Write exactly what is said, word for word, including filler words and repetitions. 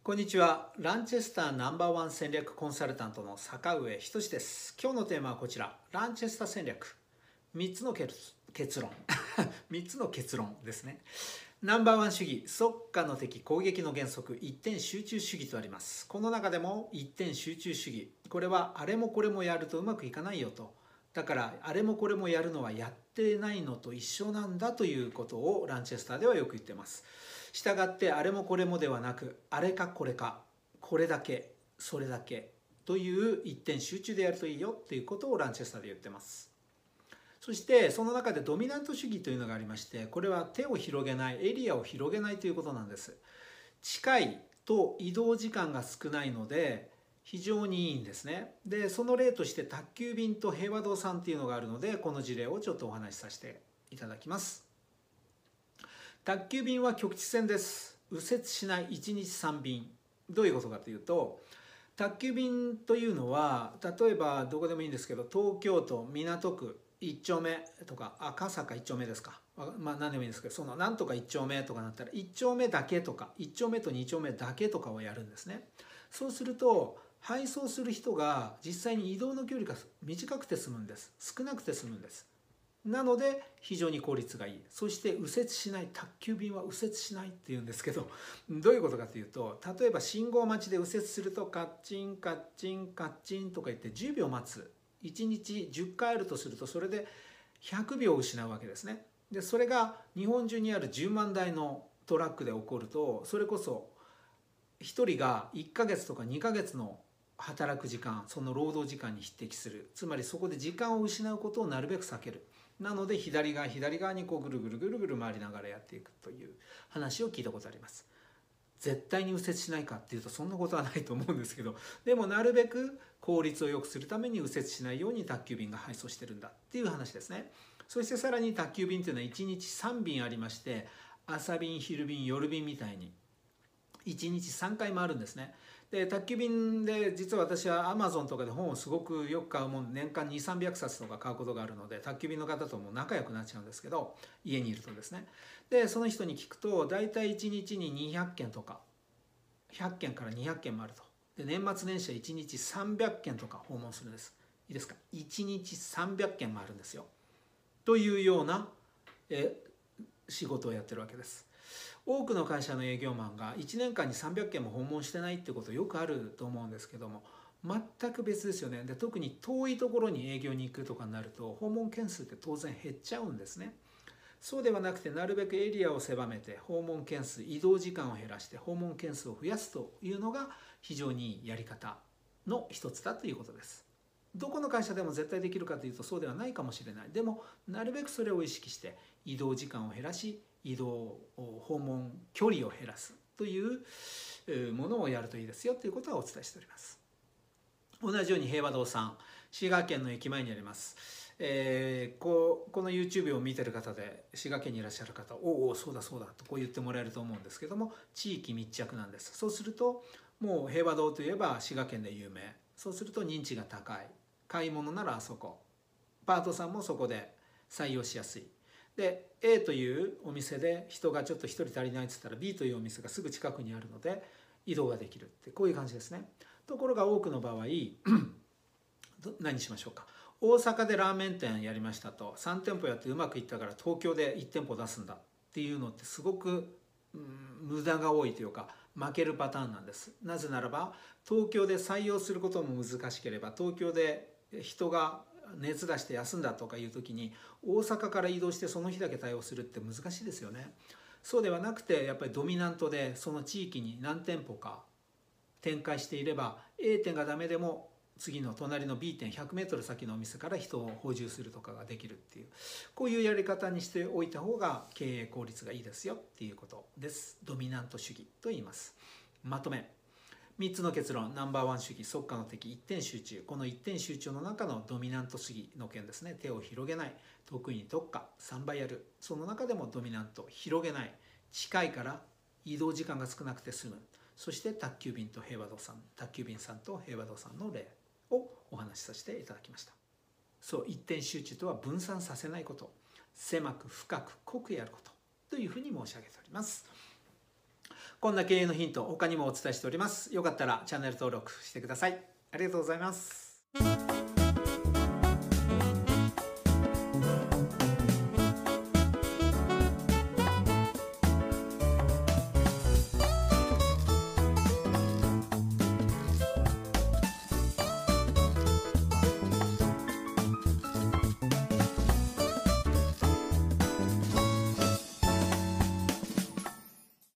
こんにちは。ランチェスターナンバーワン戦略コンサルタントの坂上仁です。今日のテーマはこちら。ランチェスター戦略。みっつの結論。みっつの結論ですね。ナンバーワン主義、即下の敵、攻撃の原則、一点集中主義とあります。この中でも一点集中主義。これはあれもこれもやるとうまくいかないよと。だからあれもこれもやるのはやってないのと一緒なんだということをランチェスターではよく言っています。したがってあれもこれもではなく、あれかこれか、これだけ、それだけという一点集中でやるといいよっていうことをランチェスターで言ってます。そしてその中でドミナント主義というのがありまして、これは手を広げない、エリアを広げないということなんです。近いと移動時間が少ないので非常にいいんですね。で、その例として宅急便と平和堂さんっていうのがあるので、この事例をちょっとお話しさせていただきます。宅急便は局地線です。右折しないいちにちさん便。どういうことかというと、宅急便というのは例えばどこでもいいんですけど、東京都港区いっ丁目とか赤坂いっ丁目ですか、まあ何でもいいんですけど、そのなんとかいっ丁目とかなったらいっ丁目だけとかいっ丁目とに丁目だけとかをやるんですね。そうすると配送する人が実際に移動の距離が短くて済むんです。少なくて済むんです。なので非常に効率がいい。そして右折しない、宅急便は右折しないっていうんですけど、どういうことかというと、例えば信号待ちで右折するとカッチンカッチンカッチンとか言ってじゅうびょう待つ。いちにちじゅっかいあるとすると、それでひゃくびょう失うわけですね。でそれが日本中にあるじゅうまんだいのトラックで起こると、それこそひとりがいっかげつとかにかげつの働く時間、その労働時間に匹敵する。つまりそこで時間を失うことをなるべく避ける。なので左側左側にこうぐるぐるぐるぐる回りながらやっていくという話を聞いたことあります。絶対に右折しないかっていうとそんなことはないと思うんですけど、でもなるべく効率を良くするために右折しないように宅急便が配送してるんだっていう話ですね。そしてさらに宅急便というのはいちにちさん便ありまして、朝便、昼便、夜便みたいにいちにちさんかいもあるんですね。で宅急便で実は私はアマゾンとかで本をすごくよく買うもん、年間にせんさんびゃくさつとか買うことがあるので、宅急便の方とも仲良くなっちゃうんですけど、家にいるとですね。でその人に聞くと大体いちにちににひゃっけんとかひゃっけんからにひゃっけんもあると。で年末年始はいちにちさんびゃっけんとか訪問するんです。いいですか、いちにちさんびゃっけんもあるんですよ。というようなえ仕事をやってるわけです。多くの会社の営業マンがいちねんかんにさんびゃっけんも訪問してないってことよくあると思うんですけども、全く別ですよね。で特に遠いところに営業に行くとかになると訪問件数って当然減っちゃうんですね。そうではなくて、なるべくエリアを狭めて訪問件数、移動時間を減らして訪問件数を増やすというのが非常にいいやり方の一つだということです。どこの会社でも絶対できるかというとそうではないかもしれない。でもなるべくそれを意識して移動時間を減らし、移動訪問距離を減らすというものをやるといいですよということはお伝えしております。同じように平和堂さん、滋賀県の駅前にあります。えー、こ, この YouTube を見てる方で滋賀県にいらっしゃる方、おおそうだそうだとこう言ってもらえると思うんですけども、地域密着なんです。そうするともう平和堂といえば滋賀県で有名。そうすると認知が高い。買い物ならあそこ、パートさんもそこで採用しやすい。で A というお店で人がちょっとひとり足りないって言ったら B というお店がすぐ近くにあるので移動ができるって、こういう感じですね。ところが多くの場合何しましょうか。大阪でラーメン店やりましたと、さんてんぽやってうまくいったから東京でいってんぽ出すんだっていうのってすごく、うん、無駄が多いというか負けるパターンなんです。なぜならば東京で採用することも難しければ、東京で人が熱出して休んだとかいう時に大阪から移動してその日だけ対応するって難しいですよね。そうではなくて、やっぱりドミナントでその地域に何店舗か展開していれば A 店がダメでも次の隣の B 店ひゃくメートル先のお店から人を補充するとかができるっていう、こういうやり方にしておいた方が経営効率がいいですよっていうことです。ドミナント主義と言います。まとめみっつの結論。ナンバーワン主義、即下の敵、一点集中。この一点集中の中のドミナント主義の件ですね。手を広げない、得意に特化、さんばいやる。その中でもドミナント、広げない、近いから移動時間が少なくて済む。そして宅急便と平和堂さん、宅急便さんと平和堂さんの例をお話しさせていただきました。そう、一点集中とは分散させないこと、狭く深く濃くやることというふうに申し上げております。 こんな経営のヒント他にもお伝えしております。よかったらチャンネル登録してください。ありがとうございます。